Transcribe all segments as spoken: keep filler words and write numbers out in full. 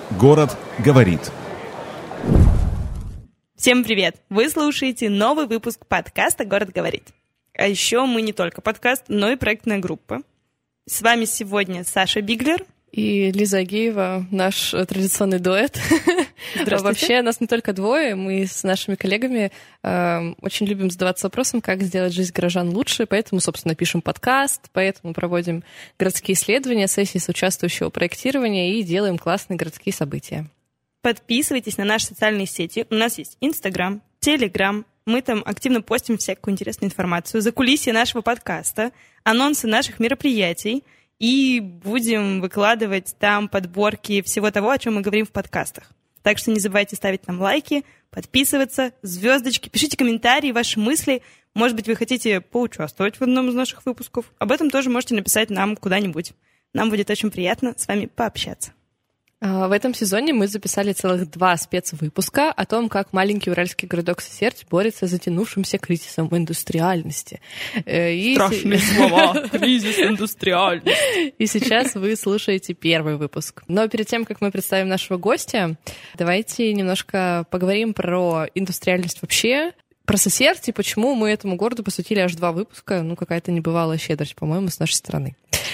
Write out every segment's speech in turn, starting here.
Город говорит. Всем привет! Вы слушаете новый выпуск подкаста «Город говорит». А еще мы не только подкаст, но и проектная группа. С вами сегодня Саша Биглер и Лиза Агеева, наш традиционный дуэт. Здравствуйте. Вообще нас не только двое, мы с нашими коллегами э, очень любим задаваться вопросом, как сделать жизнь горожан лучше, поэтому, собственно, пишем подкаст, поэтому проводим городские исследования, сессии соучаствующего проектирования и делаем классные городские события. Подписывайтесь на наши социальные сети. У нас есть Инстаграм, Телеграм. Мы там активно постим всякую интересную информацию, закулисье нашего подкаста, анонсы наших мероприятий. И будем выкладывать там подборки всего того, о чем мы говорим в подкастах. Так что не забывайте ставить нам лайки, подписываться, звездочки, пишите комментарии, ваши мысли. Может быть, вы хотите поучаствовать в одном из наших выпусков. Об этом тоже можете написать нам куда-нибудь. Нам будет очень приятно с вами пообщаться. В этом сезоне мы записали целых два спецвыпуска о том, как маленький уральский городок Сысерть борется с затянувшимся кризисом индустриальности. И Страшные с... слова. Кризис индустриальности. И сейчас вы слушаете первый выпуск. Но перед тем, как мы представим нашего гостя, давайте немножко поговорим про индустриальность вообще, про Сысерть и почему мы этому городу посвятили аж два выпуска. Ну, какая-то небывалая щедрость, по-моему, с нашей стороны.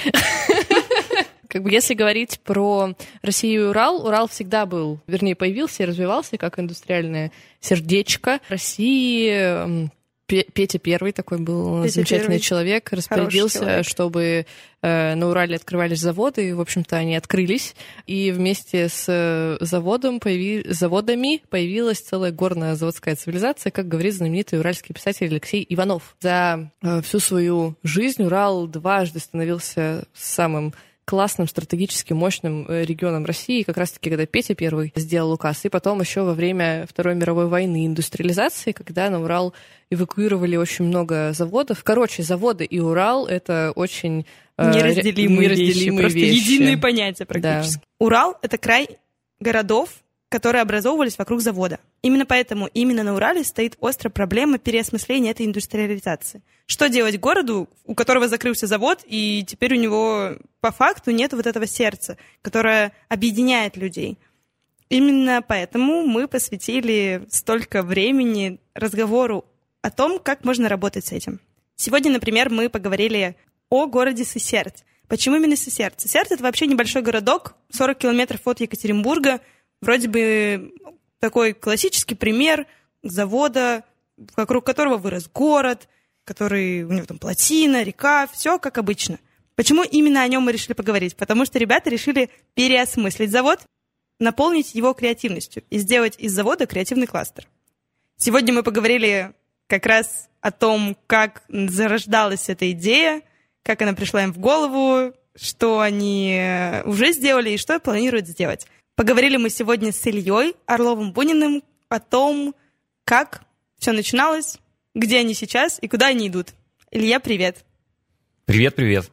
Как бы если говорить про Россию и Урал, Урал всегда был, вернее, появился и развивался как индустриальное сердечко России. Петя Первый такой был Петя замечательный Первый. человек, распорядился, человек. чтобы э, на Урале открывались заводы, и, в общем-то, они открылись, и вместе с заводом появи... заводами появилась целая горная заводская цивилизация, как говорит знаменитый уральский писатель Алексей Иванов. За э, всю свою жизнь Урал дважды становился самым классным, стратегически мощным регионом России, как раз-таки, когда Петя Первый сделал указ, и потом еще во время Второй мировой войны индустриализации, когда на Урал эвакуировали очень много заводов. Короче, заводы и Урал — это очень неразделимые, неразделимые вещи, вещи. Просто единые понятия практически. Да. Урал — это край городов, которые образовывались вокруг завода. Именно поэтому именно на Урале стоит острая проблема переосмысления этой индустриализации. Что делать городу, у которого закрылся завод, и теперь у него по факту нет вот этого сердца, которое объединяет людей. Именно поэтому мы посвятили столько времени разговору о том, как можно работать с этим. Сегодня, например, мы поговорили о городе Сысерть. Почему именно Сысерть? Сысерть — это вообще небольшой городок, сорок километров от Екатеринбурга. Вроде бы такой классический пример завода, вокруг которого вырос город, который, у него там плотина, река, все как обычно. Почему именно о нем мы решили поговорить? Потому что ребята решили переосмыслить завод, наполнить его креативностью и сделать из завода креативный кластер. Сегодня мы поговорили как раз о том, как зарождалась эта идея, как она пришла им в голову, что они уже сделали и что планируют сделать. Поговорили мы сегодня с Ильей Орловым-Буниным о том, как все начиналось, где они сейчас и куда они идут. Илья, привет. Привет, привет.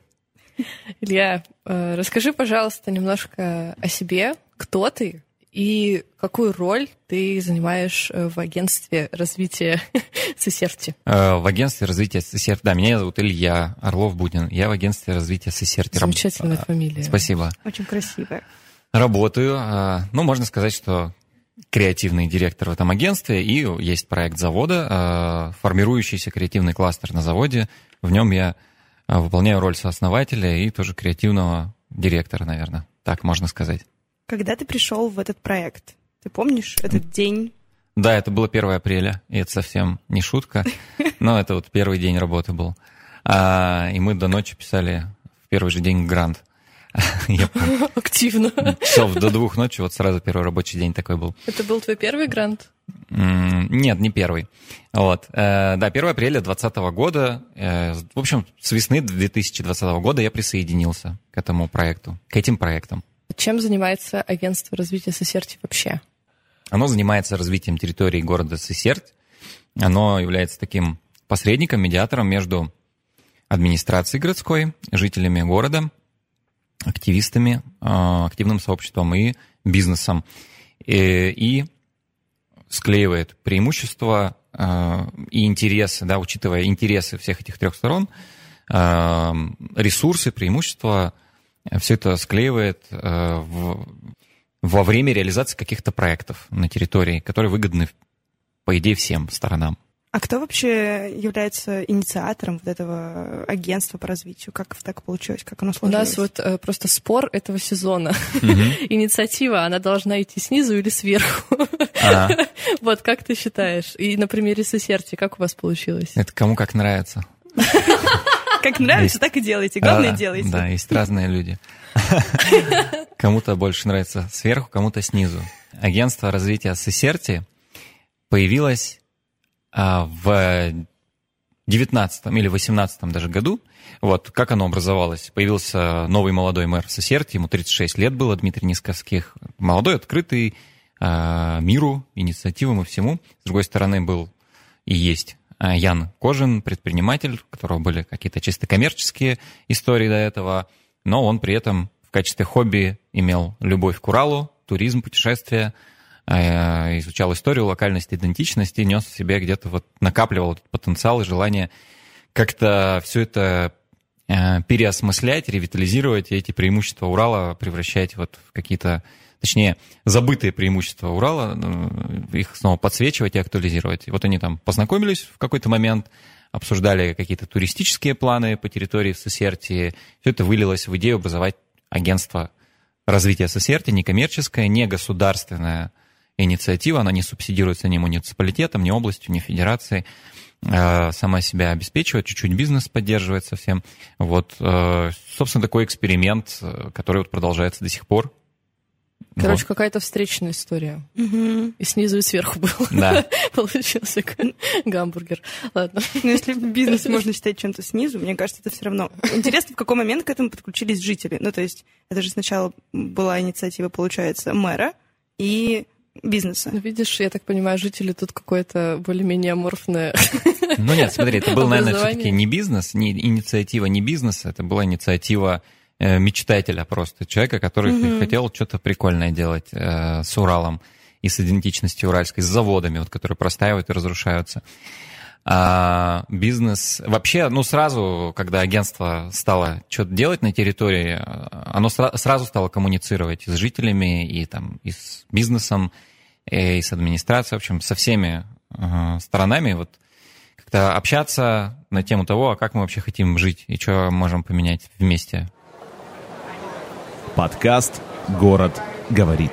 Илья, расскажи, пожалуйста, немножко о себе. Кто ты и какую роль ты занимаешь в агентстве развития Сысерти? В агентстве развития Сысерти. Да, меня зовут Илья Орлов-Бунин. Я в агентстве развития Сысерти. Замечательная Раб... фамилия. Спасибо. Очень красивая. Работаю. Ну, можно сказать, что креативный директор в этом агентстве, и есть проект завода, формирующийся креативный кластер на заводе. В нем я выполняю роль сооснователя и тоже креативного директора, наверное. Так можно сказать. Когда ты пришел в этот проект? Ты помнишь этот день? Да, это было первое апреля, и это совсем не шутка, но это вот первый день работы был. И мы до ночи писали в первый же день грант. Я активно. Часов до двух ночи, вот сразу первый рабочий день такой был. Это был твой первый грант? Нет, не первый. Вот. Да, первого апреля двадцатого года, в общем, с весны две тысячи двадцатого года я присоединился к этому проекту, к этим проектам. Чем занимается агентство развития Сысерти вообще? Оно занимается развитием территории города Сысерть. Оно является таким посредником, медиатором между администрацией городской, жителями города, активистами, активным сообществом и бизнесом. И, и склеивает преимущества и интересы, да, учитывая интересы всех этих трех сторон, ресурсы, преимущества, все это склеивает в во время реализации каких-то проектов на территории, которые выгодны, по идее, всем сторонам. А кто вообще является инициатором вот этого агентства по развитию? Как так получилось? Как оно сложилось? У нас вот э, просто спор этого сезона. Mm-hmm. Инициатива, она должна идти снизу или сверху? Uh-huh. Вот как ты считаешь? И на примере Сесерти, как у вас получилось? Это кому как нравится. Как нравится, так и делайте. Главное, делайте. Да, есть разные люди. Кому-то больше нравится сверху, кому-то снизу. Агентство развития Сесерти появилось в девятнадцатом или восемнадцатом даже году. Вот как оно образовалось. Появился новый молодой мэр Сесерти, ему тридцать шесть лет было, Дмитрий Нисковских. Молодой, открытый миру, инициативам и всему. С другой стороны, был и есть Ян Кожин, предприниматель, у которого были какие-то чисто коммерческие истории до этого, но он при этом в качестве хобби имел любовь к Уралу, туризм, путешествия, изучал историю, локальность, идентичность и нес в себе где-то вот накапливал этот потенциал и желание как-то все это переосмыслять, ревитализировать и эти преимущества Урала превращать вот в какие-то, точнее, забытые преимущества Урала, их снова подсвечивать и актуализировать. И вот они там познакомились в какой-то момент, обсуждали какие-то туристические планы по территории Сесерти. Все это вылилось в идею образовать агентство развития Сесерти, некоммерческое, не государственное, инициатива, она не субсидируется ни муниципалитетом, ни областью, ни федерацией, сама себя обеспечивает, чуть-чуть бизнес поддерживает совсем. Вот, собственно, такой эксперимент, который вот продолжается до сих пор. Короче, вот. Какая-то встречная история. Угу. И снизу, и сверху был. Да. Получился гамбургер. Ладно. Но если бизнес можно считать чем-то снизу, мне кажется, это все равно. Интересно, в какой момент к этому подключились жители. Ну, то есть, это же сначала была инициатива, получается, мэра и бизнеса. Ну, видишь, я так понимаю, жители тут какое-то более-менее аморфное. Ну нет, смотри, это был, наверное, все-таки не бизнес, не инициатива не бизнеса, это была инициатива э, мечтателя просто, человека, который mm-hmm. хотел что-то прикольное делать э, с Уралом и с идентичностью уральской, с заводами, вот, которые простаивают и разрушаются. А бизнес... Вообще, ну, сразу, когда агентство стало что-то делать на территории, оно сра- сразу стало коммуницировать и с жителями, и, там, и с бизнесом, и с администрацией, в общем, со всеми э, сторонами. Вот, как-то общаться на тему того, а как мы вообще хотим жить и что можем поменять вместе. Подкаст «Город говорит».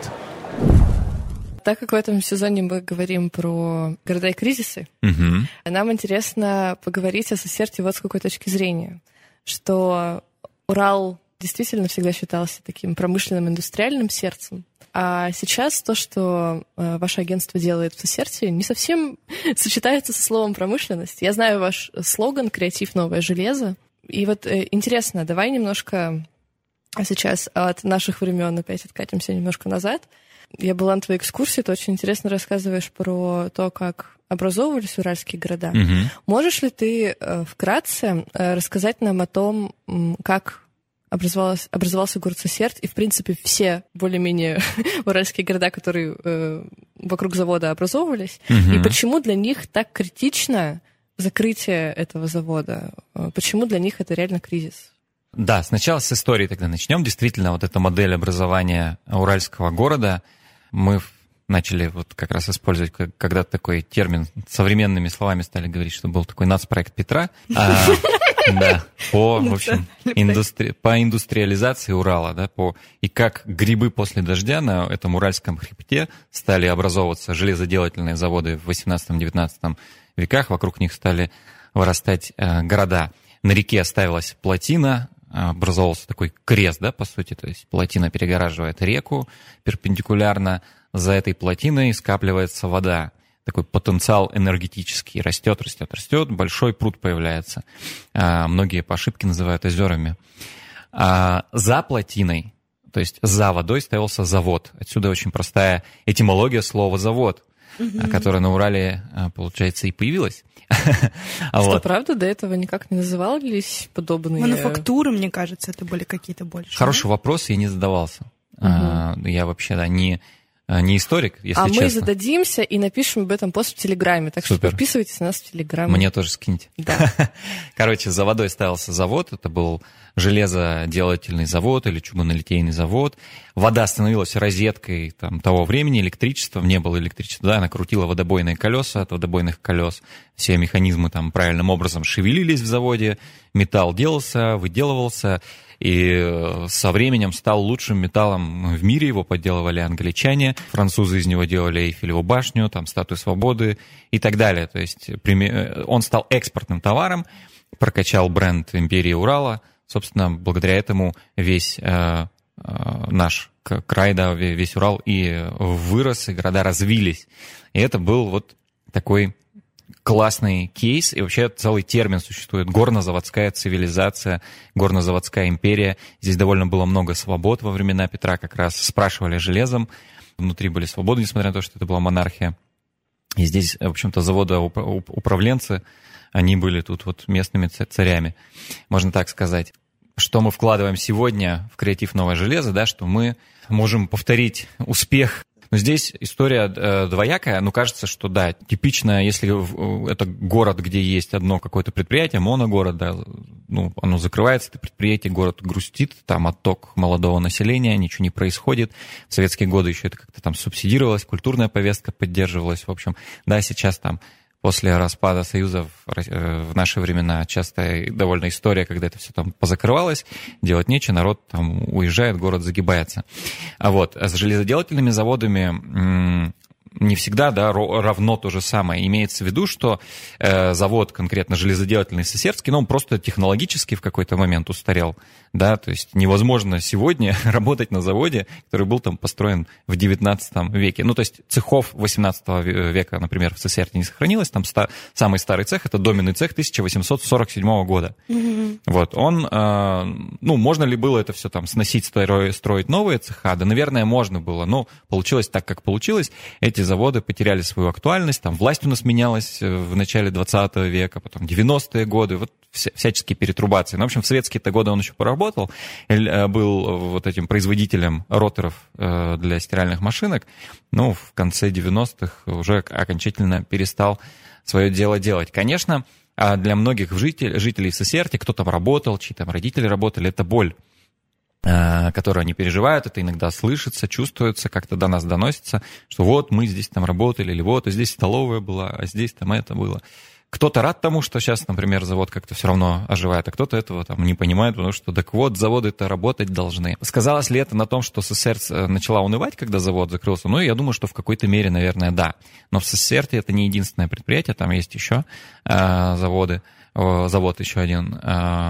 Так как в этом сезоне мы говорим про города и кризисы, угу. нам интересно поговорить о Сесерти вот с какой точки зрения, что Урал действительно всегда считался таким промышленным индустриальным сердцем, а сейчас то, что ваше агентство делает в Сесерти, не совсем сочетается со словом промышленность. Я знаю ваш слоган «Креатив. Новое железо». И вот интересно, давай немножко сейчас от наших времен опять откатимся немножко назад. Я была на твоей экскурсии, ты очень интересно рассказываешь про то, как образовывались уральские города. Угу. Можешь ли ты э, вкратце э, рассказать нам о том, как образовалась, образовался город Сесерт и, в принципе, все более-менее уральские города, которые э, вокруг завода образовывались, угу. и почему для них так критично закрытие этого завода? Почему для них это реально кризис? Да, сначала с истории тогда начнем. Действительно, вот эта модель образования уральского города, мы начали вот как раз использовать когда-то такой термин, современными словами стали говорить, что был такой нацпроект Петра, а, да, по, в общем, индустри... по индустриализации Урала, да, по... и как грибы после дождя на этом уральском хребте стали образовываться железоделательные заводы в восемнадцатом-девятнадцатом веках, вокруг них стали вырастать э, города. На реке оставилась плотина, образовался такой крест, да, по сути, то есть плотина перегораживает реку перпендикулярно, за этой плотиной скапливается вода, такой потенциал энергетический, растет, растет, растет, большой пруд появляется, многие по ошибке называют озерами. За плотиной, то есть за водой ставился завод, отсюда очень простая этимология слова «завод», угу. которая на Урале, получается, и появилась. Что, вот. Правда, до этого никак не назывались подобные... Мануфактуры, мне кажется, это были какие-то больше. Хороший да? вопрос, я не задавался. Угу. Я вообще, да, не... не историк, если а честно. А мы зададимся и напишем об этом пост в Телеграме. Так Супер. Что подписывайтесь на нас в Телеграме. Мне тоже скиньте. Да. Короче, за водой ставился завод. Это был железоделательный завод или чугунолитейный завод. Вода становилась розеткой там, того времени, электричества. Не было электричества. Да, она крутила водобойные колеса. От водобойных колес все механизмы там правильным образом шевелились в заводе. Металл делался, выделывался. И со временем стал лучшим металлом в мире, его подделывали англичане, французы из него делали Эйфелеву башню, там, Статую Свободы и так далее. То есть он стал экспортным товаром, прокачал бренд империи Урала. Собственно, благодаря этому весь э, э, наш край, да, весь Урал и вырос, и города развились. И это был вот такой классный кейс, и вообще целый термин существует. Горнозаводская цивилизация, горнозаводская империя. Здесь довольно было много свобод во времена Петра, как раз спрашивали железом. Внутри были свободы, несмотря на то, что это была монархия. И здесь, в общем-то, заводоуправленцы, они были тут вот местными царями, можно так сказать. Что мы вкладываем сегодня в креатив «Новое железо», да, что мы можем повторить успех. Но здесь история э, двоякая. Ну, кажется, что да, типично, если это город, где есть одно какое-то предприятие, моногород, да, ну, оно закрывается, это предприятие, город грустит, там отток молодого населения, ничего не происходит. В советские годы еще это как-то там субсидировалось, культурная повестка поддерживалась. В общем, да, сейчас там после распада Союза в наши времена частая довольно история, когда это все там позакрывалось, делать нечего, народ там уезжает, город загибается. А вот с железоделательными заводами не всегда, да, равно то же самое. Имеется в виду, что э, завод конкретно железоделательный Сысертский, ну, он просто технологически в какой-то момент устарел, да, то есть невозможно сегодня работать на заводе, который был там построен в девятнадцатом веке. Ну, то есть цехов восемнадцатого века, например, в Сысерте не сохранилось, там ста- самый старый цех, это доменный цех тысяча восемьсот сорок седьмого года. Mm-hmm. Вот, он, э, ну, можно ли было это все там сносить, строить, строить новые цеха? Да, наверное, можно было, но получилось так, как получилось. Эти заводы потеряли свою актуальность, там власть у нас менялась в начале двадцатого века, потом девяностые годы, вот вся, всяческие перетрубации. Ну, в общем, в советские-то годы он еще поработал, был вот этим производителем роторов для стиральных машинок, но в конце девяностых уже окончательно перестал свое дело делать. Конечно, для многих жителей, жителей Сысерти, кто там работал, чьи там родители работали, это боль, которую они переживают, это иногда слышится, чувствуется, как-то до нас доносится, что вот мы здесь там работали, или вот здесь столовая была, а здесь там это было. Кто-то рад тому, что сейчас, например, завод как-то все равно оживает, а кто-то этого там не понимает, потому что так вот, заводы-то работать должны. Сказалось ли это на том, что СССР начала унывать, когда завод закрылся? Ну, я думаю, что в какой-то мере, наверное, да. Но в СССР это не единственное предприятие, там есть еще э, заводы. Завод еще один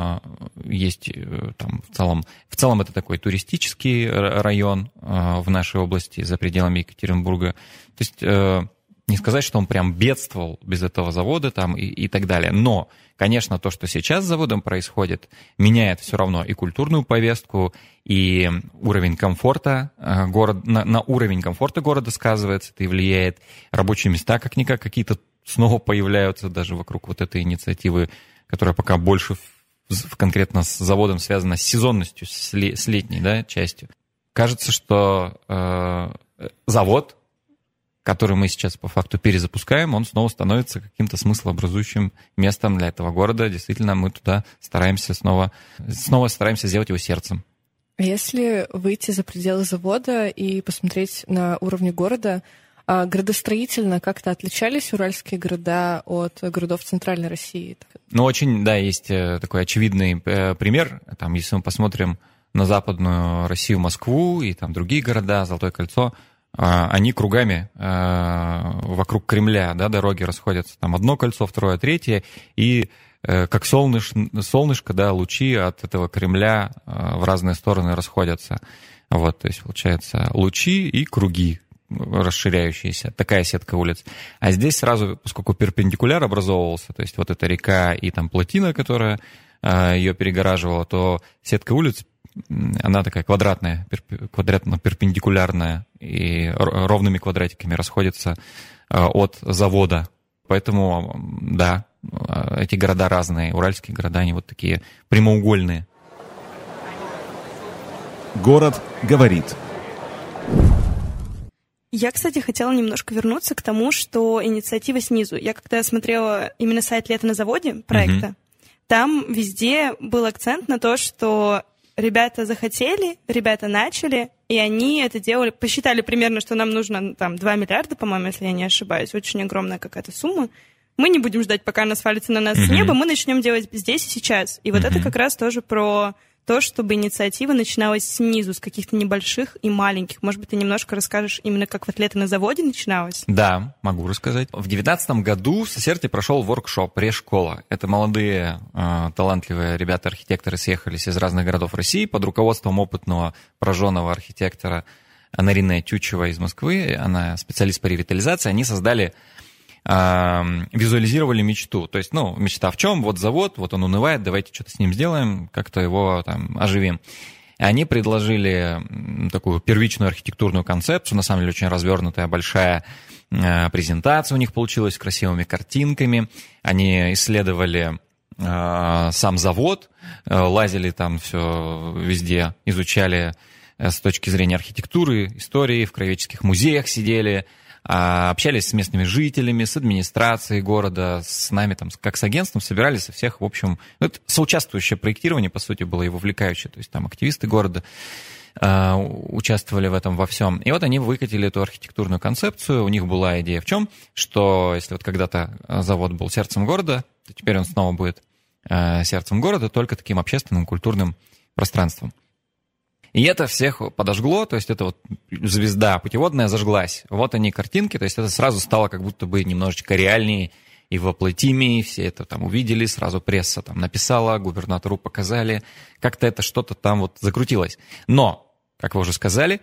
есть там в целом. В целом это такой туристический район в нашей области за пределами Екатеринбурга. То есть не сказать, что он прям бедствовал без этого завода там и, и так далее. Но, конечно, то, что сейчас с заводом происходит, меняет все равно и культурную повестку, и уровень комфорта города, на, на уровень комфорта города сказывается, это и влияет. Рабочие места как-никак какие-то снова появляются даже вокруг вот этой инициативы, которая пока больше в, в, конкретно с заводом связана с сезонностью, с, ле, с летней, да, частью. Кажется, что э, завод, который мы сейчас по факту перезапускаем, он снова становится каким-то смыслообразующим местом для этого города. Действительно, мы туда стараемся снова, снова стараемся сделать его сердцем. Если выйти за пределы завода и посмотреть на уровни города, а градостроительно как-то отличались уральские города от городов Центральной России? Ну, очень, да, есть такой очевидный пример. Там, если мы посмотрим на Западную Россию, Москву и там другие города, Золотое кольцо, они кругами вокруг Кремля, да, дороги расходятся. Там одно кольцо, второе, третье, и как солныш, солнышко, да, лучи от этого Кремля в разные стороны расходятся. Вот, то есть, получается, лучи и круги расширяющаяся, такая сетка улиц. А здесь сразу, поскольку перпендикуляр образовывался, то есть вот эта река и там плотина, которая э, ее перегораживала, то сетка улиц, она такая квадратная, квадратно-перпендикулярная и ровными квадратиками расходится э, от завода. Поэтому, да, эти города разные. Уральские города, они вот такие прямоугольные. Город говорит. Я, кстати, хотела немножко вернуться к тому, что инициатива снизу. Я когда смотрела именно сайт «Лето на заводе» проекта, mm-hmm. там везде был акцент на то, что ребята захотели, ребята начали, и они это делали, посчитали примерно, что нам нужно там два миллиарда, по-моему, если я не ошибаюсь, очень огромная какая-то сумма. Мы не будем ждать, пока она свалится на нас mm-hmm. с неба, мы начнем делать здесь и сейчас. И вот mm-hmm. это как раз тоже про то, чтобы инициатива начиналась снизу, с каких-то небольших и маленьких. Может быть, ты немножко расскажешь именно, как вот «Лето на заводе» начиналось? Да, могу рассказать. В девятнадцатом году в Сосерте прошел воркшоп «Ре-школа». Это молодые, э, талантливые ребята-архитекторы съехались из разных городов России под руководством опытного прожженного архитектора Нарины Тютчевой из Москвы. Она специалист по ревитализации. Они создали визуализировали мечту. То есть, ну, мечта в чем? Вот завод, вот он унывает, давайте что-то с ним сделаем, как-то его там оживим. И они предложили такую первичную архитектурную концепцию, на самом деле очень развернутая, большая презентация у них получилась с красивыми картинками. Они исследовали э, сам завод, э, лазили там все везде, изучали э, с точки зрения архитектуры, истории, в краеведческих музеях сидели, общались с местными жителями, с администрацией города, с нами, там, как с агентством, собирались со всех, в общем, ну, это соучаствующее проектирование, по сути, было и вовлекающее, то есть там активисты города э, участвовали в этом во всем. И вот они выкатили эту архитектурную концепцию, у них была идея в чем, что если вот когда-то завод был сердцем города, то теперь он снова будет э, сердцем города, только таким общественным, культурным пространством. И это всех подожгло, то есть это вот звезда путеводная зажглась. Вот они картинки, то есть это сразу стало как будто бы немножечко реальнее и воплотимее, все это там увидели, сразу пресса там написала, губернатору показали, как-то это что-то там вот закрутилось. Но, как вы уже сказали,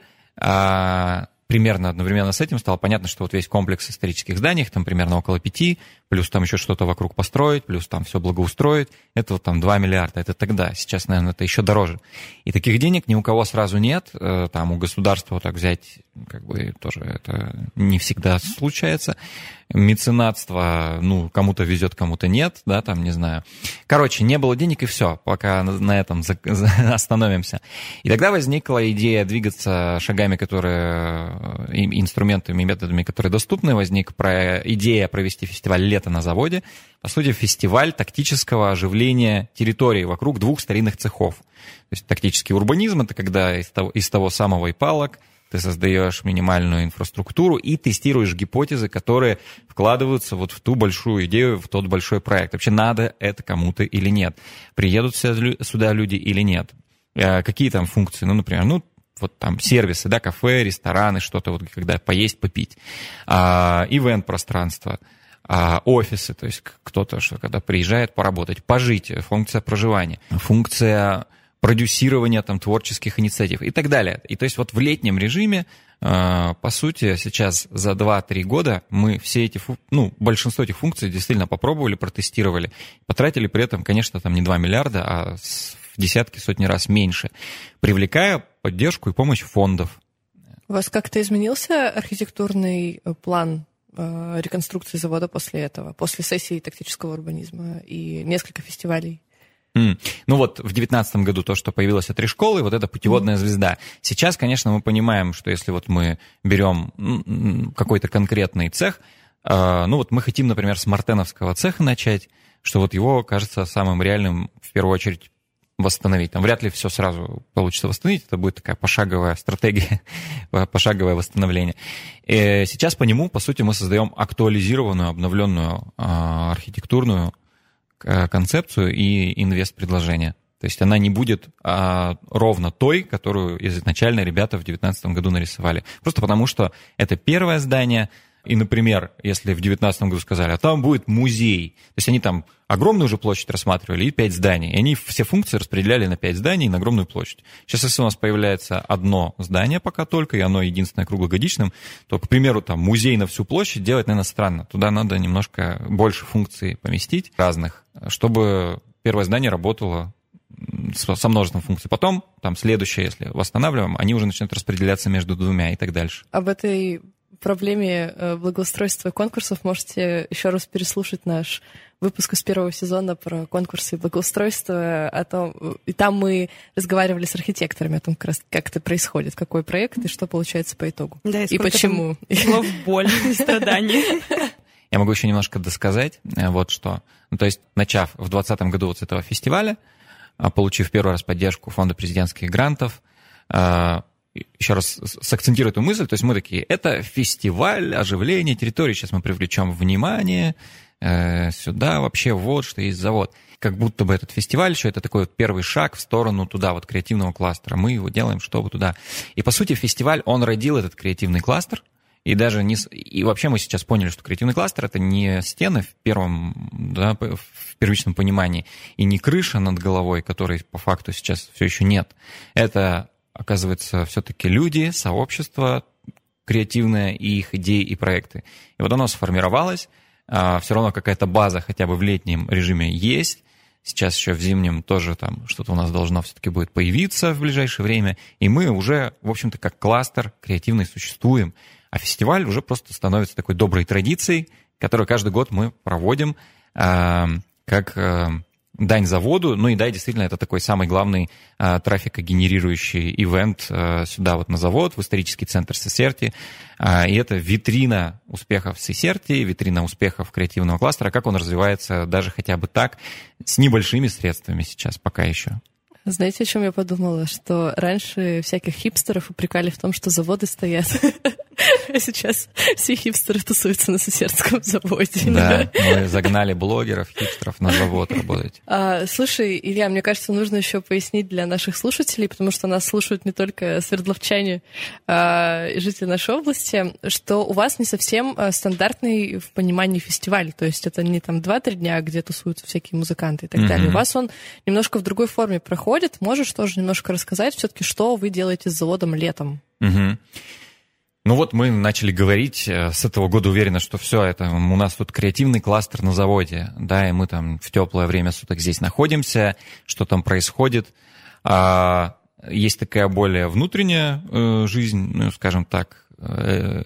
примерно одновременно с этим стало понятно, что вот весь комплекс исторических зданий, их там примерно около пяти, плюс там еще что-то вокруг построить, плюс там все благоустроить, это вот там два миллиарда, это тогда, сейчас, наверное, это еще дороже. И таких денег ни у кого сразу нет, там у государства вот так взять, как бы тоже это не всегда случается. Меценатство, ну, кому-то везет, кому-то нет, да, там, не знаю. Короче, не было денег, и все, пока на этом остановимся. И тогда возникла идея двигаться шагами, которые, инструментами, методами, которые доступны. Возник про, идея провести фестиваль «Лето на заводе». По сути, фестиваль тактического оживления территории вокруг двух старинных цехов. То есть тактический урбанизм — это когда из того, из того самого ИПАЛок ты создаешь минимальную инфраструктуру и тестируешь гипотезы, которые вкладываются вот в ту большую идею, в тот большой проект. Вообще надо это кому-то или нет? Приедут сюда люди или нет? Какие там функции? Ну, например, ну, вот там сервисы, да, кафе, рестораны, что-то вот, когда поесть, попить. А, ивент-пространство, а, офисы, то есть кто-то, что когда приезжает поработать, пожить, функция проживания, функция продюсирования там творческих инициатив и так далее. И то есть вот в летнем режиме, э, по сути, сейчас за два-три года мы все эти, ну, большинство этих функций действительно попробовали, протестировали, потратили при этом, конечно, там не два миллиарда, а в десятки, сотни раз меньше, привлекая поддержку и помощь фондов. У вас как-то изменился архитектурный план э, реконструкции завода после этого, после сессии тактического урбанизма и несколько фестивалей? Mm. Ну вот в девятнадцатом году то, что появилось от Ре-школы, вот эта путеводная mm. звезда. Сейчас, конечно, мы понимаем, что если вот мы берем какой-то конкретный цех, э, ну вот мы хотим, например, с мартеновского цеха начать, что вот его кажется самым реальным в первую очередь восстановить. Там вряд ли все сразу получится восстановить, это будет такая пошаговая стратегия, пошаговое восстановление. И сейчас по нему, по сути, мы создаем актуализированную, обновленную э, архитектурную концепцию и инвест-предложение. То есть она не будет а, ровно той, которую изначально ребята в две тысячи девятнадцатом году нарисовали. Просто потому, что это первое здание, и, например, если в две тысячи девятнадцатом году сказали, а там будет музей, то есть они там огромную уже площадь рассматривали и пять зданий, и они все функции распределяли на пять зданий и на огромную площадь. Сейчас, если у нас появляется одно здание пока только, и оно единственное круглогодичным, то, к примеру, там музей на всю площадь делать, наверное, странно. Туда надо немножко больше функций поместить разных, чтобы первое здание работало со множеством функций. Потом, там, следующее, если восстанавливаем, они уже начнут распределяться между двумя и так дальше. Об этой проблеме благоустройства и конкурсов можете еще раз переслушать наш выпуск из первого сезона про конкурсы и благоустройство. О том, и там мы разговаривали с архитекторами о том, как, раз, как это происходит, какой проект и что получается по итогу. Да, и, и почему. Слов боль и страдания. Я могу еще немножко досказать вот что. Ну, то есть, начав в двадцатом году вот с этого фестиваля, получив первый раз поддержку Фонда президентских грантов, еще раз сакцентирую эту мысль, то есть мы такие, это фестиваль оживления территории, сейчас мы привлечем внимание э, сюда, вообще вот, что есть завод. Как будто бы этот фестиваль еще это такой вот первый шаг в сторону туда, вот креативного кластера. Мы его делаем, чтобы туда. И по сути фестиваль, он родил этот креативный кластер, и даже не... И вообще мы сейчас поняли, что креативный кластер — это не стены в первом, да, в первичном понимании, и не крыша над головой, которой по факту сейчас все еще нет. Это... оказывается, все-таки люди, сообщество креативное, и их идеи и проекты. И вот оно сформировалось, все равно какая-то база хотя бы в летнем режиме есть. Сейчас еще в зимнем тоже там что-то у нас должно все-таки будет появиться в ближайшее время. И мы уже, в общем-то, как кластер креативный существуем. А фестиваль уже просто становится такой доброй традицией, которую каждый год мы проводим как... дань заводу, ну и да, действительно, это такой самый главный а, трафикогенерирующий ивент а, сюда вот на завод, в исторический центр Сесерти, а, и это витрина успехов Сесерти, витрина успехов креативного кластера, как он развивается даже хотя бы так, с небольшими средствами сейчас пока еще. Знаете, о чем я подумала? Что раньше всяких хипстеров упрекали в том, что заводы стоят. А сейчас все хипстеры тусуются на Сесертском заводе. Да, мы загнали блогеров, хипстеров на завод работать. А, слушай, Илья, мне кажется, нужно еще пояснить для наших слушателей, потому что нас слушают не только свердловчане а, и жители нашей области, что у вас не совсем стандартный в понимании фестиваль. То есть это не там два-три дня, где тусуются всякие музыканты и так mm-hmm. далее. У вас он немножко в другой форме проходит. Можешь тоже немножко рассказать все-таки, что вы делаете с заводом летом? Mm-hmm. Ну вот мы начали говорить, с этого года уверена, что все, это у нас тут креативный кластер на заводе, да, и мы там в теплое время суток здесь находимся, что там происходит. А, есть такая более внутренняя э, жизнь, ну, скажем так, э,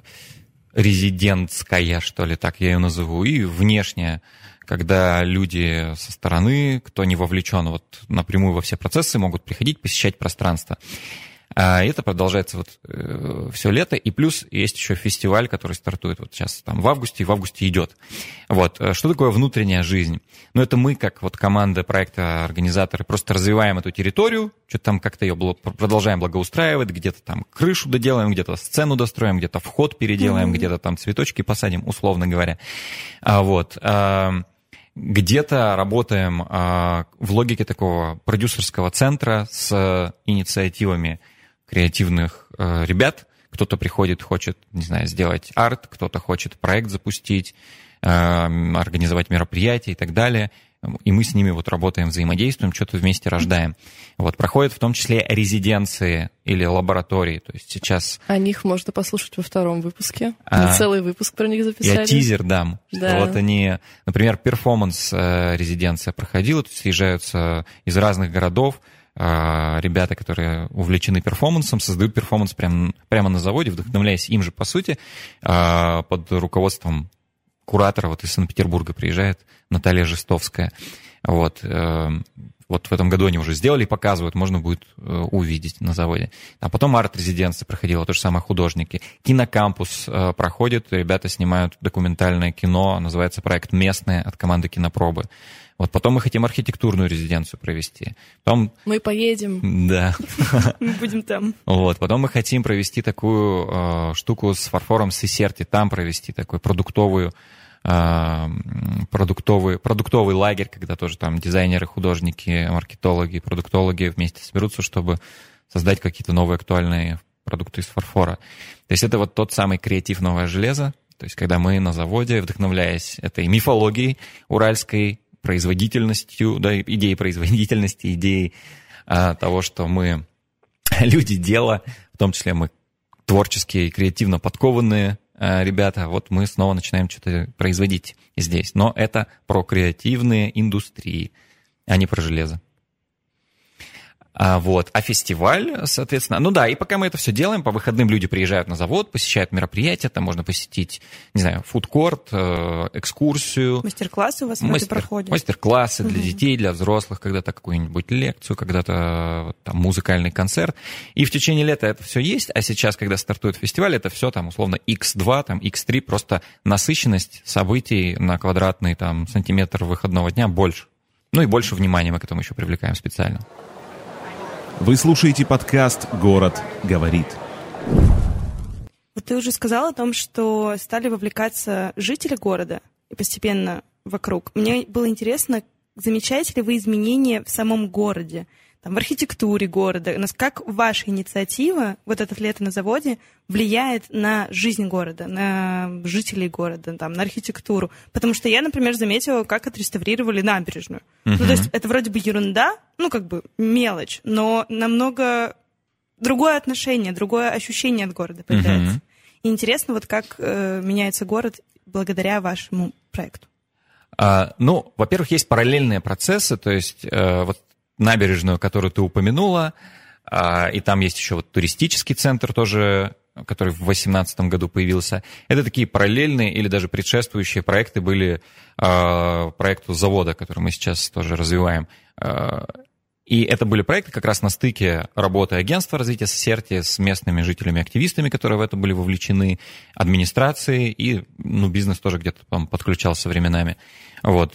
резидентская, что ли, так я ее назову, и внешняя, когда люди со стороны, кто не вовлечен вот напрямую во все процессы, могут приходить, посещать пространство. А это продолжается вот э, все лето, и плюс есть еще фестиваль, который стартует вот сейчас там в августе, и в августе идет. Вот. Что такое внутренняя жизнь? Ну, это мы, как вот команда проекта, организаторы, просто развиваем эту территорию, что-то там как-то ее продолжаем благоустраивать, где-то там крышу доделаем, где-то сцену достроим, где-то вход переделаем, mm-hmm. где-то там цветочки посадим, условно говоря. А, вот. А, где-то работаем а, в логике такого продюсерского центра с инициативами креативных э, ребят. Кто-то приходит, хочет, не знаю, сделать арт, кто-то хочет проект запустить, э, организовать мероприятие и так далее. И мы с ними вот работаем, взаимодействуем, что-то вместе рождаем. Вот, проходят в том числе резиденции или лаборатории. То есть сейчас... О них можно послушать во втором выпуске. Мы а, целый выпуск про них записали. Я тизер дам. Да. Вот они, например, перформанс-резиденция проходила, то есть съезжаются из разных городов ребята, которые увлечены перформансом, создают перформанс прямо, прямо на заводе, вдохновляясь им же, по сути, под руководством куратора вот из Санкт-Петербурга приезжает Наталья Жестовская. Вот, вот в этом году они уже сделали, показывают, можно будет увидеть на заводе. А потом арт-резиденция проходила, то же самое художники. Кинокампус проходит, ребята снимают документальное кино, называется проект «Местное» от команды «Кинопробы». Вот потом мы хотим архитектурную резиденцию провести. Потом... Мы поедем. Да. Мы будем там. Вот. Потом мы хотим провести такую э, штуку с фарфором Сесерти, там провести такой продуктовую, э, продуктовый, продуктовый лагерь, когда тоже там дизайнеры, художники, маркетологи, продуктологи вместе соберутся, чтобы создать какие-то новые актуальные продукты из фарфора. То есть это вот тот самый креатив «Новое железо». То есть когда мы на заводе, вдохновляясь этой мифологией уральской, производительностью, да, идеей производительности, идеей а, того, что мы люди дела, в том числе мы творческие и креативно подкованные а, ребята, вот мы снова начинаем что-то производить здесь. Но это про креативные индустрии, а не про железо. А, вот. А фестиваль, соответственно... Ну да, и пока мы это все делаем, по выходным люди приезжают на завод, посещают мероприятия, там можно посетить, не знаю, фудкорт, экскурсию. Мастер-классы у вас мастер, проходят? Мастер-классы для угу. детей, для взрослых, когда-то какую-нибудь лекцию, когда-то там музыкальный концерт. И в течение лета это все есть, а сейчас, когда стартует фестиваль, это все там условно икс два, там икс три, просто насыщенность событий на квадратный там сантиметр выходного дня больше. Ну и больше внимания мы к этому еще привлекаем специально. Вы слушаете подкаст «Город говорит». Вот ты уже сказал о том, что стали вовлекаться жители города и постепенно вокруг. Мне было интересно, замечаете ли вы изменения в самом городе, там, в архитектуре города? Как ваша инициатива, вот это лето на заводе, влияет на жизнь города, на жителей города, там, на архитектуру? Потому что я, например, заметила, как отреставрировали набережную. Uh-huh. Ну, то есть это вроде бы ерунда, ну, как бы мелочь, но намного другое отношение, другое ощущение от города появляется. Uh-huh. И интересно, вот как э, меняется город благодаря вашему проекту. А, ну, во-первых, есть параллельные процессы, то есть э, вот набережную, которую ты упомянула, а, и там есть еще вот туристический центр тоже, который в две тысячи восемнадцатом году появился. Это такие параллельные или даже предшествующие проекты были а, проекту завода, который мы сейчас тоже развиваем. А, и это были проекты как раз на стыке работы агентства развития Сесерти с местными жителями-активистами, которые в это были вовлечены, администрацией, и ну, бизнес тоже где-то там подключался временами. Вот.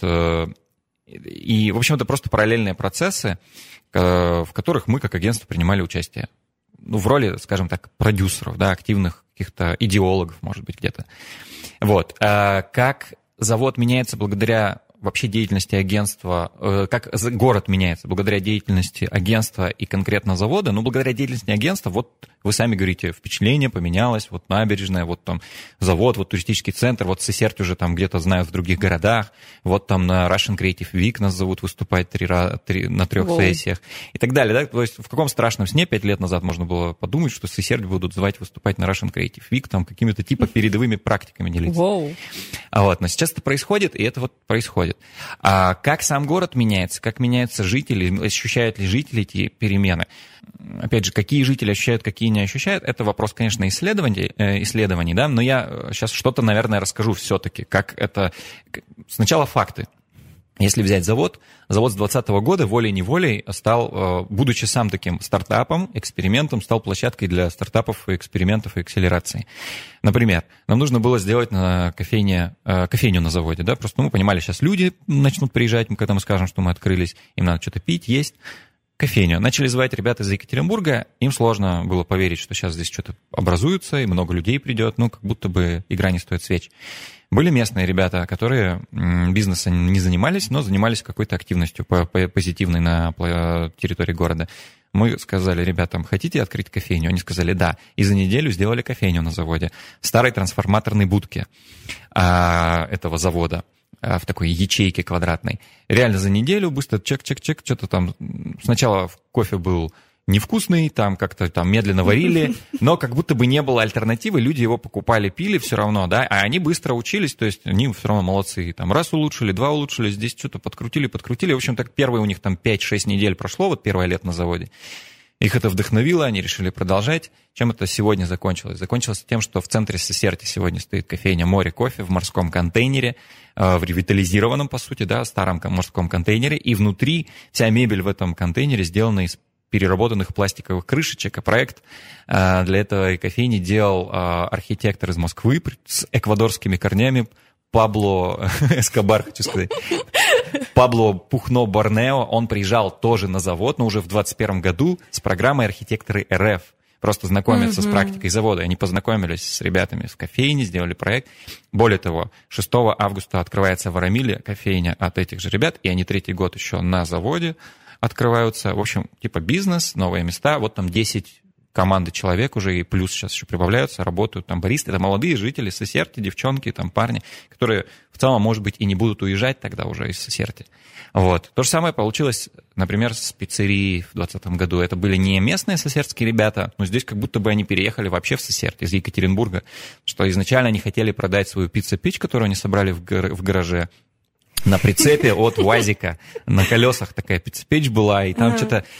И, в общем, это просто параллельные процессы, в которых мы, как агентство, принимали участие. Ну, в роли, скажем так, продюсеров, да, активных каких-то идеологов, может быть, где-то. Вот. Как завод меняется благодаря вообще деятельности агентства, как город меняется благодаря деятельности агентства и конкретно завода, ну, благодаря деятельности агентства, вот вы сами говорите, впечатление поменялось, вот набережная, вот там завод, вот туристический центр, вот Сесерть уже там где-то знают в других городах, вот там на Russian Creative Week нас зовут выступать три, три, на трех Воу. сессиях и так далее, да, то есть в каком страшном сне пять лет назад можно было подумать, что Сесерть будут звать выступать на Russian Creative Week, там какими-то типа передовыми практиками делиться. Воу. А вот, но сейчас это происходит, и это вот происходит. А как сам город меняется, как меняются жители, ощущают ли жители эти перемены? Опять же, какие жители ощущают, какие не ощущают, это вопрос, конечно, исследований, э, исследований, да, но я сейчас что-то, наверное, расскажу все-таки, как это... Сначала факты. Если взять завод, завод с двадцатого года волей-неволей стал, будучи сам таким стартапом, экспериментом, стал площадкой для стартапов, экспериментов и акселерации. Например, нам нужно было сделать на кофейне, кофейню на заводе, да, просто мы понимали, сейчас люди начнут приезжать, когда мы скажем, что мы открылись, им надо что-то пить, есть. Кофейню. Начали звать ребята из Екатеринбурга, им сложно было поверить, что сейчас здесь что-то образуется, и много людей придет, ну, как будто бы игра не стоит свеч. Были местные ребята, которые бизнесом не занимались, но занимались какой-то активностью позитивной на территории города. Мы сказали ребятам, хотите открыть кофейню? Они сказали, да. И за неделю сделали кофейню на заводе, в старой трансформаторной будке этого завода, в такой ячейке квадратной. Реально за неделю быстро чек-чек-чек, что-то там... Сначала кофе был невкусный, там как-то там медленно варили, но как будто бы не было альтернативы, люди его покупали, пили все равно, да, а они быстро учились, то есть они все равно молодцы, там раз улучшили, два улучшили, здесь что-то подкрутили, подкрутили, в общем, так первые у них там пять-шесть недель прошло, вот первое лето на заводе. Их это вдохновило, они решили продолжать. Чем это сегодня закончилось? Закончилось тем, что в центре Сесерти сегодня стоит кофейня «Море кофе» в морском контейнере, в ревитализированном, по сути, да, старом морском контейнере, и внутри вся мебель в этом контейнере сделана из переработанных пластиковых крышечек, а проект для этой кофейни делал архитектор из Москвы с эквадорскими корнями Пабло Эскобар, хочу сказать. Пабло Пухно Борнео, он приезжал тоже на завод, но уже в двадцать первом году с программой «Архитекторы эр эф». Просто знакомиться mm-hmm. с практикой завода. Они познакомились с ребятами в кофейне, сделали проект. Более того, шестого августа открывается в Арамиле кофейня от этих же ребят, и они третий год еще на заводе открываются. В общем, типа бизнес, новые места. Вот там десять команды человек уже, и плюс сейчас еще прибавляются, работают там баристы. Это молодые жители Сесерти, девчонки, там парни, которые в целом, может быть, и не будут уезжать тогда уже из Сесерти. Вот. То же самое получилось, например, с пиццерией в двадцатом году. Это были не местные сесертские ребята, но здесь как будто бы они переехали вообще в Сесерт из Екатеринбурга, что изначально они хотели продать свою пицца-пич, которую они собрали в, гар- в гараже, на прицепе от УАЗика. На колесах такая пицца-печь была, и там uh-huh. что-то...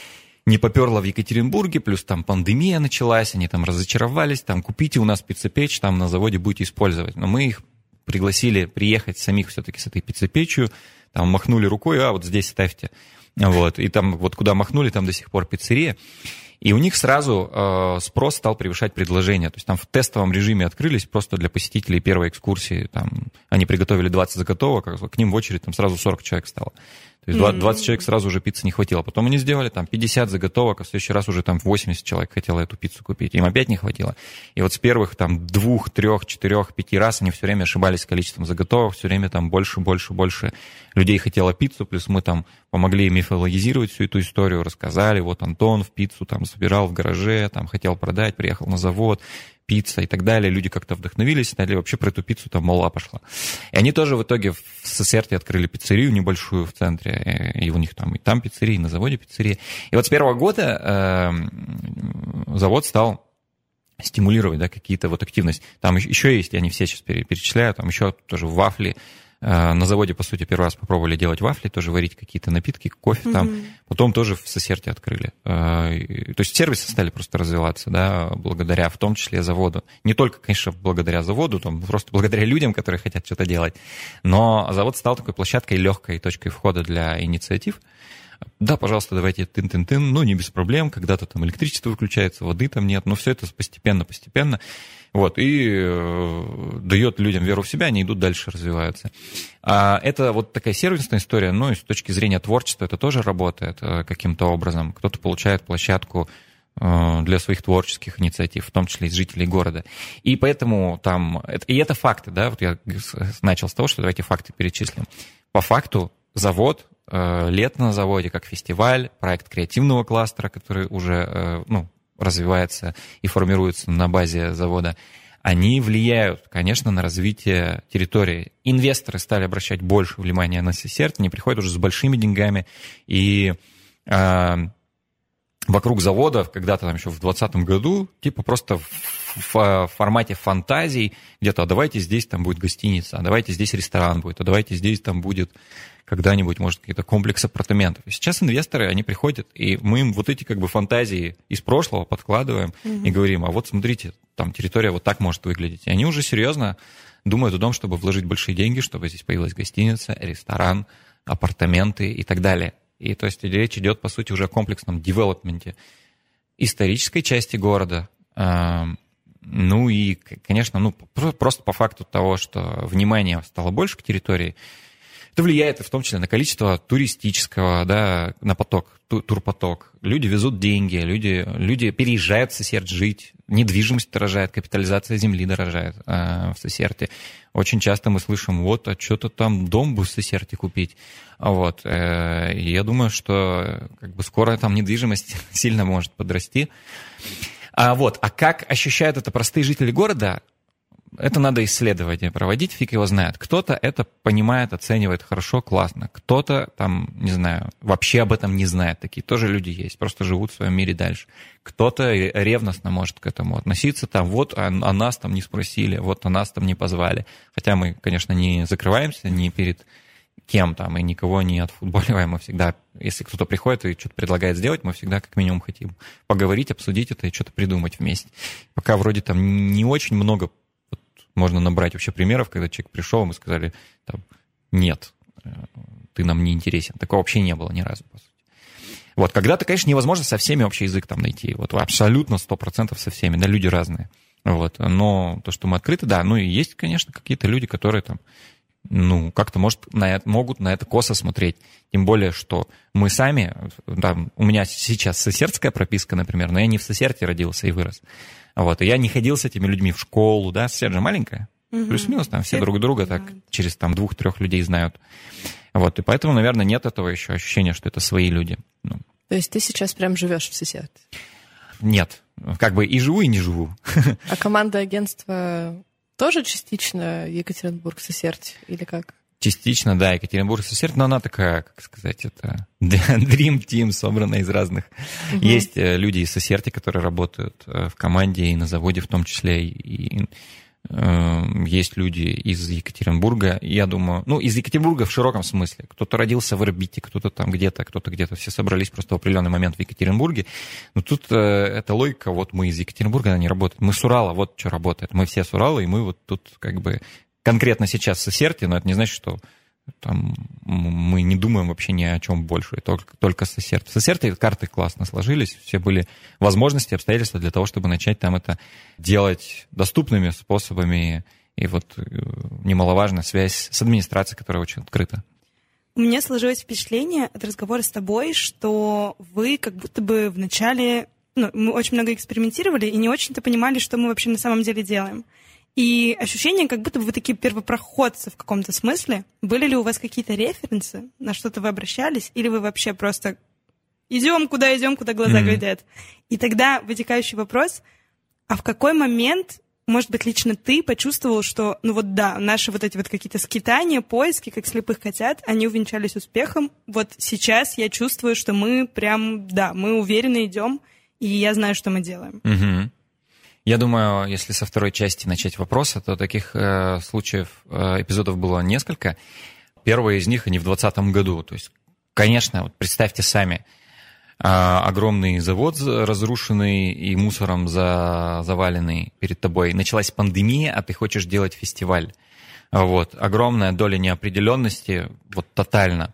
не поперло в Екатеринбурге, плюс там пандемия началась, они там разочаровались, там купите у нас пиццепечь, там на заводе будете использовать. Но мы их пригласили приехать самих все-таки с этой пиццепечью, там махнули рукой, а вот здесь ставьте. Вот, и там вот куда махнули, там до сих пор пиццерия. И у них сразу э, спрос стал превышать предложение. То есть там в тестовом режиме открылись просто для посетителей первой экскурсии. Там, они приготовили двадцать заготовок, а к ним в очередь там сразу сорок человек стало. То есть mm-hmm. двадцать человек сразу уже пиццы не хватило. Потом они сделали там пятьдесят заготовок, а в следующий раз уже там восемьдесят человек хотело эту пиццу купить. Им опять не хватило. И вот с первых там двух, трех, четырех, пяти раз они все время ошибались с количеством заготовок, все время там больше, больше, больше людей хотело пиццу, плюс мы там помогли мифологизировать всю эту историю, рассказали, вот Антон в пиццу там собирал в гараже, там хотел продать, приехал на завод, пицца и так далее. Люди как-то вдохновились, стали вообще про эту пиццу там мола пошла. И они тоже в итоге в Сесерте открыли пиццерию небольшую в центре, и у них там и там пиццерия, и на заводе пиццерия. И вот с первого года э, завод стал стимулировать, да, какие-то вот активности. Там еще есть, я не все сейчас перечисляю, там еще тоже вафли. На заводе, по сути, первый раз попробовали делать вафли, тоже варить какие-то напитки, кофе mm-hmm. там. Потом тоже в Сесерте открыли. То есть сервисы стали просто развиваться, да, благодаря, в том числе, заводу. Не только, конечно, благодаря заводу, там, просто благодаря людям, которые хотят что-то делать. Но завод стал такой площадкой легкой, точкой входа для инициатив. Да, пожалуйста, давайте тын-тын-тын, ну, не без проблем, когда-то там электричество выключается, воды там нет, но все это постепенно-постепенно. Вот, и э, дает людям веру в себя, они идут дальше, развиваются. А это вот такая сервисная история, ну, и с точки зрения творчества это тоже работает э, каким-то образом. Кто-то получает площадку э, для своих творческих инициатив, в том числе из жителей города. И поэтому там, это, и это факты, да, вот я начал с того, что давайте факты перечислим. По факту завод, э, лето на заводе как фестиваль, проект креативного кластера, который уже, э, ну, развивается и формируется на базе завода, они влияют, конечно, на развитие территории. Инвесторы стали обращать больше внимания на Сесерт, они приходят уже с большими деньгами, и э, вокруг завода когда-то там еще в двадцатом году, типа просто в, в формате фантазий, где-то, а давайте здесь там будет гостиница, а давайте здесь ресторан будет, а давайте здесь там будет когда-нибудь, может, какие-то комплекс апартаментов. И сейчас инвесторы, они приходят, и мы им вот эти как бы фантазии из прошлого подкладываем mm-hmm. и говорим, а вот смотрите, там территория вот так может выглядеть. И они уже серьезно думают о том, чтобы вложить большие деньги, чтобы здесь появилась гостиница, ресторан, апартаменты и так далее. И то есть речь идет, по сути, уже о комплексном девелопменте исторической части города. Ну и, конечно, ну, просто по факту того, что внимания стало больше к территории, это влияет в том числе на количество туристического, да, на поток, турпоток. Люди везут деньги, люди, люди переезжают в Сесерт жить, недвижимость дорожает, капитализация земли дорожает э, в Сесерте. Очень часто мы слышим, вот, а что-то там дом бы в Сесерте купить. Вот, э, и я думаю, что как бы скоро там недвижимость сильно может подрасти. А, вот, а как ощущают это простые жители города? Это надо исследования проводить, фиг его знает. Кто-то это понимает, оценивает хорошо, классно. Кто-то там, не знаю, вообще об этом не знает. Такие тоже люди есть, просто живут в своем мире дальше. Кто-то ревностно может к этому относиться. Там, вот о, о нас там не спросили, вот о нас там не позвали. Хотя мы, конечно, не закрываемся ни перед кем там и никого не отфутболиваем. Мы всегда, если кто-то приходит и что-то предлагает сделать, мы всегда как минимум хотим поговорить, обсудить это и что-то придумать вместе. Пока вроде там не очень много можно набрать вообще примеров, когда человек пришел, мы сказали, там, нет, ты нам не интересен. Такого вообще не было ни разу, по сути. Вот, когда-то, конечно, невозможно со всеми общий язык там найти. Вот абсолютно сто процентов со всеми, да, люди разные. Вот, но то, что мы открыты, да, ну и есть, конечно, какие-то люди, которые там, ну, как-то, может, на это, могут на это косо смотреть. Тем более, что мы сами, да, у меня сейчас сесертская прописка, например, но я не в Сесерте родился и вырос. Вот, и я не ходил с этими людьми в школу, да, Сесерт же маленькая, угу. Плюс-минус там все, все друг друга так знают. Через там двух-трех людей знают. Вот, и поэтому, наверное, нет этого еще ощущения, что это свои люди. Ну. То есть ты сейчас прям живешь в Сесерте? Нет, как бы и живу, и не живу. А команда агентства тоже частично Екатеринбург-Сесерт или как? Частично, да, Екатеринбург-Сесерт, но она такая, как сказать, это Dream Team, собранная из разных. Угу. Есть люди из Сесерти, которые работают в команде и на заводе в том числе. И Есть люди из Екатеринбурга, я думаю, ну, из Екатеринбурга в широком смысле. Кто-то родился в Ирбите, кто-то там где-то, кто-то где-то. Все собрались просто в определенный момент в Екатеринбурге. Но тут э, эта логика, вот мы из Екатеринбурга, она не работает. Мы с Урала, вот что работает. Мы все с Урала, и мы вот тут как бы конкретно сейчас с Сесерти, но это не значит, что там мы не думаем вообще ни о чем больше, только, только с Сесерти. В Сесерти карты классно сложились, все были возможности, обстоятельства для того, чтобы начать там это делать доступными способами. И вот немаловажная связь с администрацией, которая очень открыта. У меня сложилось впечатление от разговора с тобой, что вы как будто бы вначале... Ну, мы очень много экспериментировали и не очень-то понимали, что мы вообще на самом деле делаем. И ощущение, как будто бы вы такие первопроходцы в каком-то смысле. Были ли у вас какие-то референсы, на что-то вы обращались, или вы вообще просто идем, куда идем, куда глаза mm-hmm. глядят? И тогда вытекающий вопрос, а в какой момент, может быть, лично ты почувствовал, что, ну вот да, наши вот эти вот какие-то скитания, поиски, как слепых котят, они увенчались успехом. Вот сейчас я чувствую, что мы прям, да, мы уверенно идем, и я знаю, что мы делаем. Mm-hmm. Я думаю, если со второй части начать вопроса, то таких э, случаев, э, эпизодов было несколько. Первый из них, они в двадцатом году. То есть, конечно, вот представьте сами, э, огромный завод разрушенный и мусором за, заваленный перед тобой. Началась пандемия, а ты хочешь делать фестиваль. Вот. Огромная доля неопределенности, вот тотально.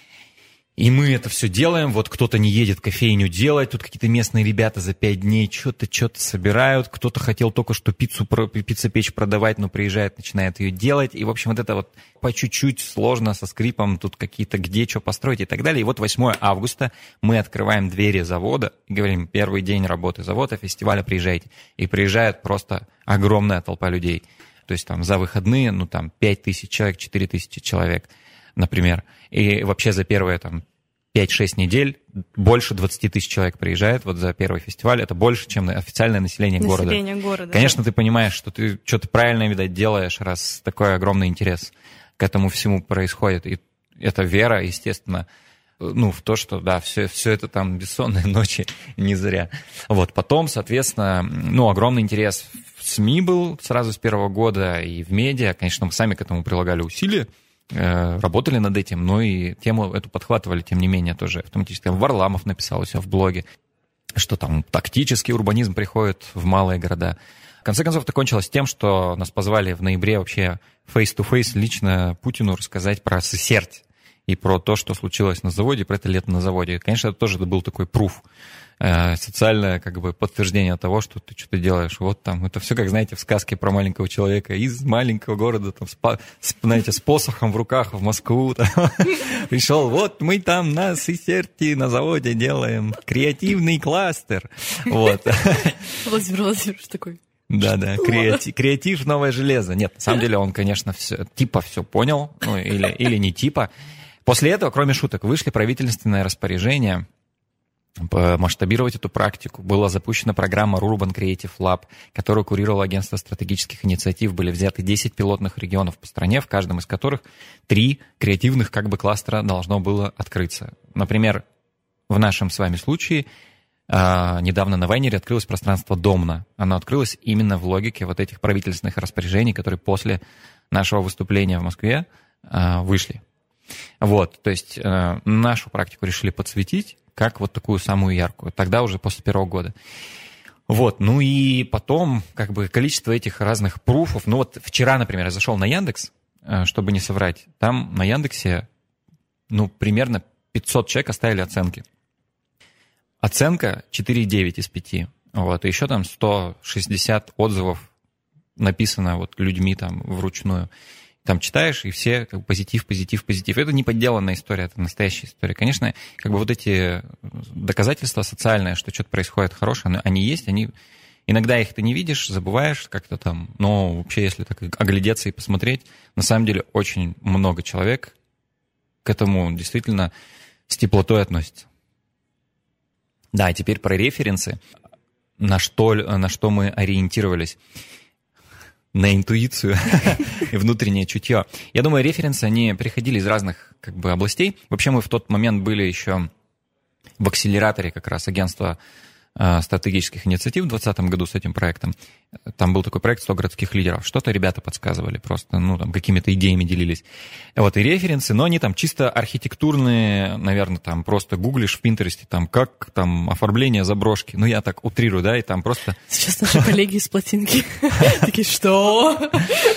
И мы это все делаем, вот кто-то не едет кофейню делать, тут какие-то местные ребята за пять дней что-то, что-то собирают, кто-то хотел только что пиццу, пиццепечь продавать, но приезжает, начинает ее делать, и, в общем, вот это вот по чуть-чуть сложно, со скрипом, тут какие-то где что построить и так далее. И вот восьмого августа мы открываем двери завода и говорим, первый день работы завода, фестиваля, приезжайте. И приезжает просто огромная толпа людей. То есть там за выходные, ну там пять тысяч человек, четыре тысячи человек, например. И вообще за первые там пять-шесть недель больше двадцать тысяч человек приезжает вот за первый фестиваль. Это больше, чем официальное население, население города. города. Конечно, да. Ты понимаешь, что ты что-то правильно, видать, делаешь, раз такой огромный интерес к этому всему происходит. И это вера, естественно, ну, в то, что, да, все, все это там бессонные ночи не зря. Вот, потом, соответственно, ну, огромный интерес в СМИ был сразу с первого года и в медиа. Конечно, мы сами к этому прилагали усилия, работали над этим, но и тему эту подхватывали, тем не менее, тоже автоматически. Варламов написал у себя в блоге, что там тактический урбанизм приходит в малые города. В конце концов, это кончилось тем, что нас позвали в ноябре вообще face-to-face лично Путину рассказать про Сесерть и про то, что случилось на заводе, про это лето на заводе. Конечно, это тоже был такой пруф, социальное как бы подтверждение того, что ты что-то делаешь. Вот там, это все, как, знаете, в сказке про маленького человека из маленького города, там, с, знаете, с посохом в руках в Москву. Пришел, вот мы там на Сесерти, на заводе делаем креативный кластер. Вот. Владимир Владимирович такой. Да-да, креатив, креатив, новое железо. Нет, на самом деле он, конечно, все, типа все понял, ну, или, или не типа. После этого, кроме шуток, вышли правительственные распоряжения масштабировать эту практику. Была запущена программа Urban Creative Lab, которую курировало агентство стратегических инициатив. Были взяты десять пилотных регионов по стране, в каждом из которых три креативных как бы кластера должно было открыться. Например, в нашем с вами случае недавно на Вайнере открылось пространство Домна. Оно открылось именно в логике вот этих правительственных распоряжений, которые после нашего выступления в Москве вышли. Вот, то есть нашу практику решили подсветить как вот такую самую яркую, тогда уже после первого года. Вот, ну и потом как бы количество этих разных пруфов. Ну вот вчера, например, я зашел на Яндекс, чтобы не соврать, там на Яндексе ну примерно пятьсот человек оставили оценки. Оценка четыре и девять из пяти. Вот, и еще там сто шестьдесят отзывов написано вот людьми там вручную. Там читаешь, и все как бы, позитив, позитив, позитив. Это не подделанная история, это настоящая история. Конечно, как бы вот эти доказательства социальные, что что-то происходит хорошее, они есть, они... Иногда их ты не видишь, забываешь как-то там, но вообще, если так оглядеться и посмотреть, на самом деле очень много человек к этому действительно с теплотой относятся. Да, и теперь про референсы, на что, на что мы ориентировались. На интуицию и внутреннее чутье. Я думаю, референсы, они приходили из разных как бы, областей. Вообще мы в тот момент были еще в акселераторе как раз агентства э, стратегических инициатив в двадцатом году с этим проектом. Там был такой проект «сто городских лидеров». Что-то ребята подсказывали просто, ну, там, какими-то идеями делились. Вот, и референсы, но они там чисто архитектурные, наверное, там, просто гуглишь в Пинтересте, там, как там оформление заброшки. Ну, я так утрирую, да, и там просто... Сейчас наши коллеги из плотинки такие, что?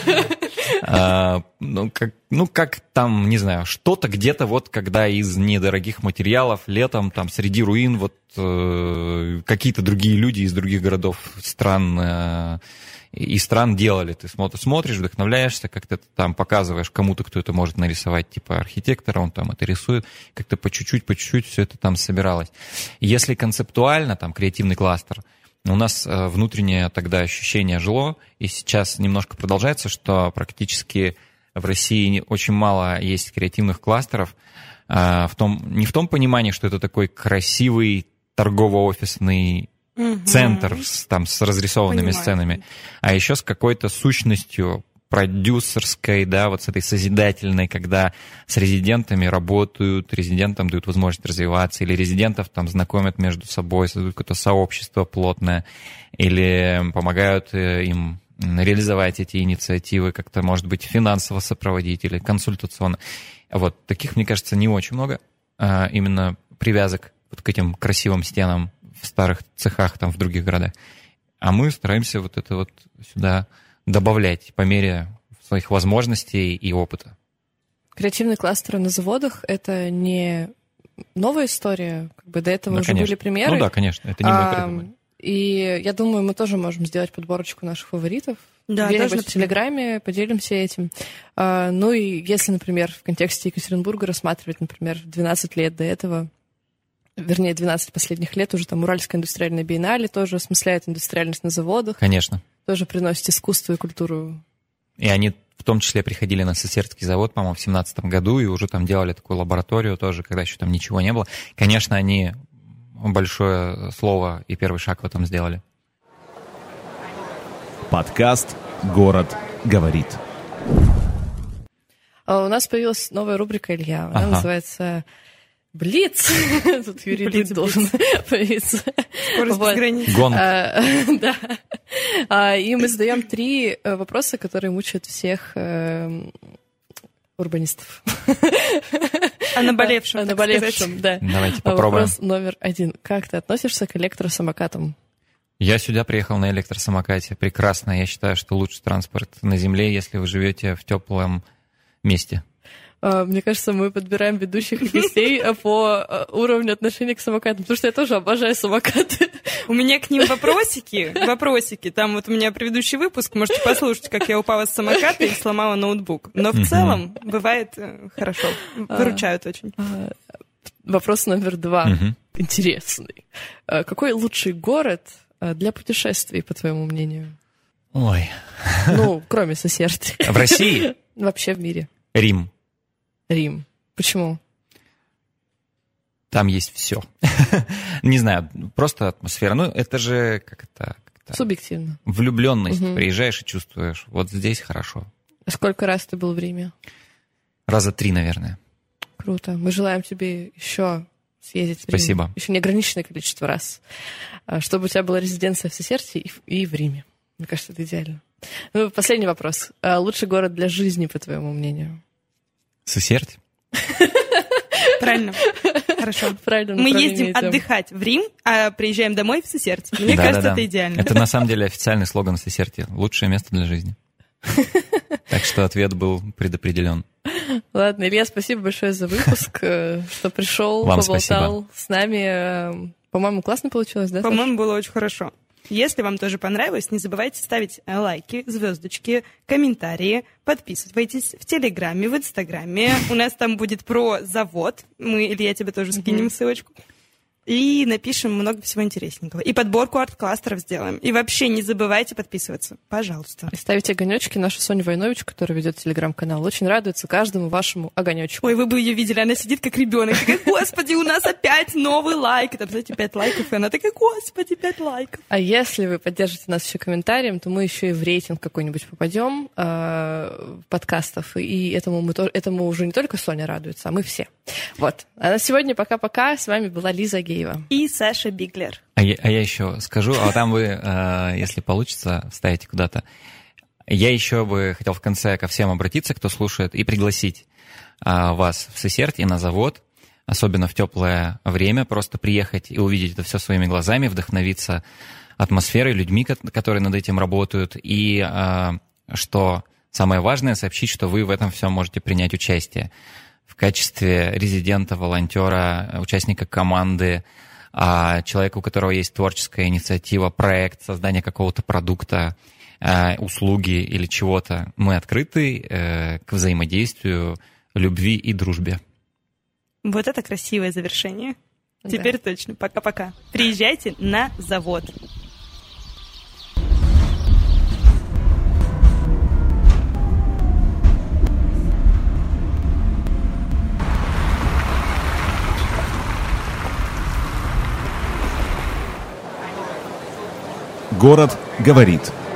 Ну как, ну, как там, не знаю, что-то где-то вот, когда из недорогих материалов летом там среди руин вот э, какие-то другие люди из других городов, стран э, и стран делали. Ты смотришь, вдохновляешься, как-то там показываешь кому-то, кто это может нарисовать, типа архитектора, он там это рисует, как-то по чуть-чуть, по чуть-чуть все это там собиралось. Если концептуально, там, креативный кластер, у нас внутреннее тогда ощущение жило, и сейчас немножко продолжается, что практически в России очень мало есть креативных кластеров, в том, не в том понимании, что это такой красивый торгово-офисный угу. центр с, там, с разрисованными Понимаю. Сценами, а еще с какой-то сущностью продюсерской, да, вот с этой созидательной, когда с резидентами работают, резидентам дают возможность развиваться, или резидентов там знакомят между собой, создают какое-то сообщество плотное, или помогают им реализовать эти инициативы, как-то, может быть, финансово сопроводить или консультационно. Вот, таких, мне кажется, не очень много, а именно привязок вот к этим красивым стенам в старых цехах, там, в других городах. А мы стараемся вот это вот сюда добавлять по мере своих возможностей и опыта. Креативные кластеры на заводах — это не новая история, как бы до этого да, уже конечно. Были примеры. Ну да, конечно, это не мы придумали. И я думаю, мы тоже можем сделать подборочку наших фаворитов. Да, где-нибудь в Телеграме, поделимся этим. А, ну и если, например, в контексте Екатеринбурга рассматривать, например, двенадцать лет до этого, вернее, двенадцать последних лет, уже там Уральская индустриальная биеннале тоже осмысляет индустриальность на заводах. Конечно. Тоже приносит искусство и культуру. И они в том числе приходили на Сысертский завод, по-моему, в семнадцатом году, и уже там делали такую лабораторию тоже, когда еще там ничего не было. Конечно, они большое слово и первый шаг в этом сделали. Подкаст «Город говорит». А у нас появилась новая рубрика, Илья. Она ага. называется «Блиц». Тут Юрий Блиц должен появиться. Скорость без границ. Гонг. А, да. А, и мы задаем три вопроса, которые мучают всех э, урбанистов. О наболевшем, О наболевшем, да. Давайте попробуем. Вопрос номер один. Как ты относишься к электросамокатам? Я сюда приехал на электросамокате. Прекрасно. Я считаю, что лучший транспорт на Земле, если вы живете в теплом месте. Мне кажется, мы подбираем ведущих и гостей по уровню отношения к самокатам, потому что я тоже обожаю самокаты. У меня к ним вопросики, вопросики. Там вот у меня предыдущий выпуск, можете послушать, как я упала с самоката и сломала ноутбук. Но в целом бывает хорошо, выручают очень. Вопрос номер два, интересный. Какой лучший город для путешествий, по твоему мнению? Ой. Ну, кроме Сысерти. В России? Вообще в мире. Рим. Рим. Почему? Там есть все. Не знаю, просто атмосфера. Ну, это же как это... Субъективно. Влюбленность. Угу. Приезжаешь и чувствуешь, вот здесь хорошо. Сколько раз ты был в Риме? Раза три, наверное. Круто. Мы желаем тебе еще съездить в Рим. Спасибо. Еще неограниченное количество раз. Чтобы у тебя была резиденция в Сысерти и в Риме. Мне кажется, это идеально. Ну, последний вопрос. Лучший город для жизни, по твоему мнению? Сысерть? Правильно. Хорошо. Правильно. Мы ездим отдыхать в Рим, а приезжаем домой в Сысерть. Мне да, кажется, да, да. это идеально. Это на самом деле официальный слоган Сысерти. Лучшее место для жизни. Так что ответ был предопределен. Ладно, Илья, спасибо большое за выпуск, что пришел, Вам поболтал спасибо. С нами. По-моему, классно получилось, да? По-моему, было очень хорошо. Если вам тоже понравилось, не забывайте ставить лайки, звездочки, комментарии, подписывайтесь в Телеграме, в Инстаграме. У нас там будет про завод. Мы, Илья, тебе тоже скинем ссылочку. И напишем много всего интересненького. И подборку арт-кластеров сделаем. И вообще не забывайте подписываться. Пожалуйста. И ставите огонечки. Наша Соня Войнович, которая ведет телеграм-канал, очень радуется каждому вашему огонечку. Ой, вы бы ее видели. Она сидит как ребенок. Такая, господи, у нас опять новый лайк. И там, знаете, пять лайков. И она такая, господи, пять лайков. А если вы поддержите нас еще комментарием, то мы еще и в рейтинг какой-нибудь попадем э, подкастов. И этому, мы, этому уже не только Соня радуется, а мы все. Вот. А на сегодня пока-пока. С вами была Лиза Гей. Сергеева. И Саша Биглер. А я, а я еще скажу, а там вы, э, если получится, вставите куда-то. Я еще бы хотел в конце ко всем обратиться, кто слушает, и пригласить э, вас в Сесерть и на завод, особенно в теплое время, просто приехать и увидеть это все своими глазами, вдохновиться атмосферой, людьми, которые над этим работают, и э, что самое важное, сообщить, что вы в этом всем можете принять участие в качестве резидента, волонтера, участника команды, э, человека, у которого есть творческая инициатива, проект, создание какого-то продукта, э, услуги или чего-то. Мы открыты э, к взаимодействию, любви и дружбе. Вот это красивое завершение. Да. Теперь точно. Пока-пока. Приезжайте на завод. Город говорит.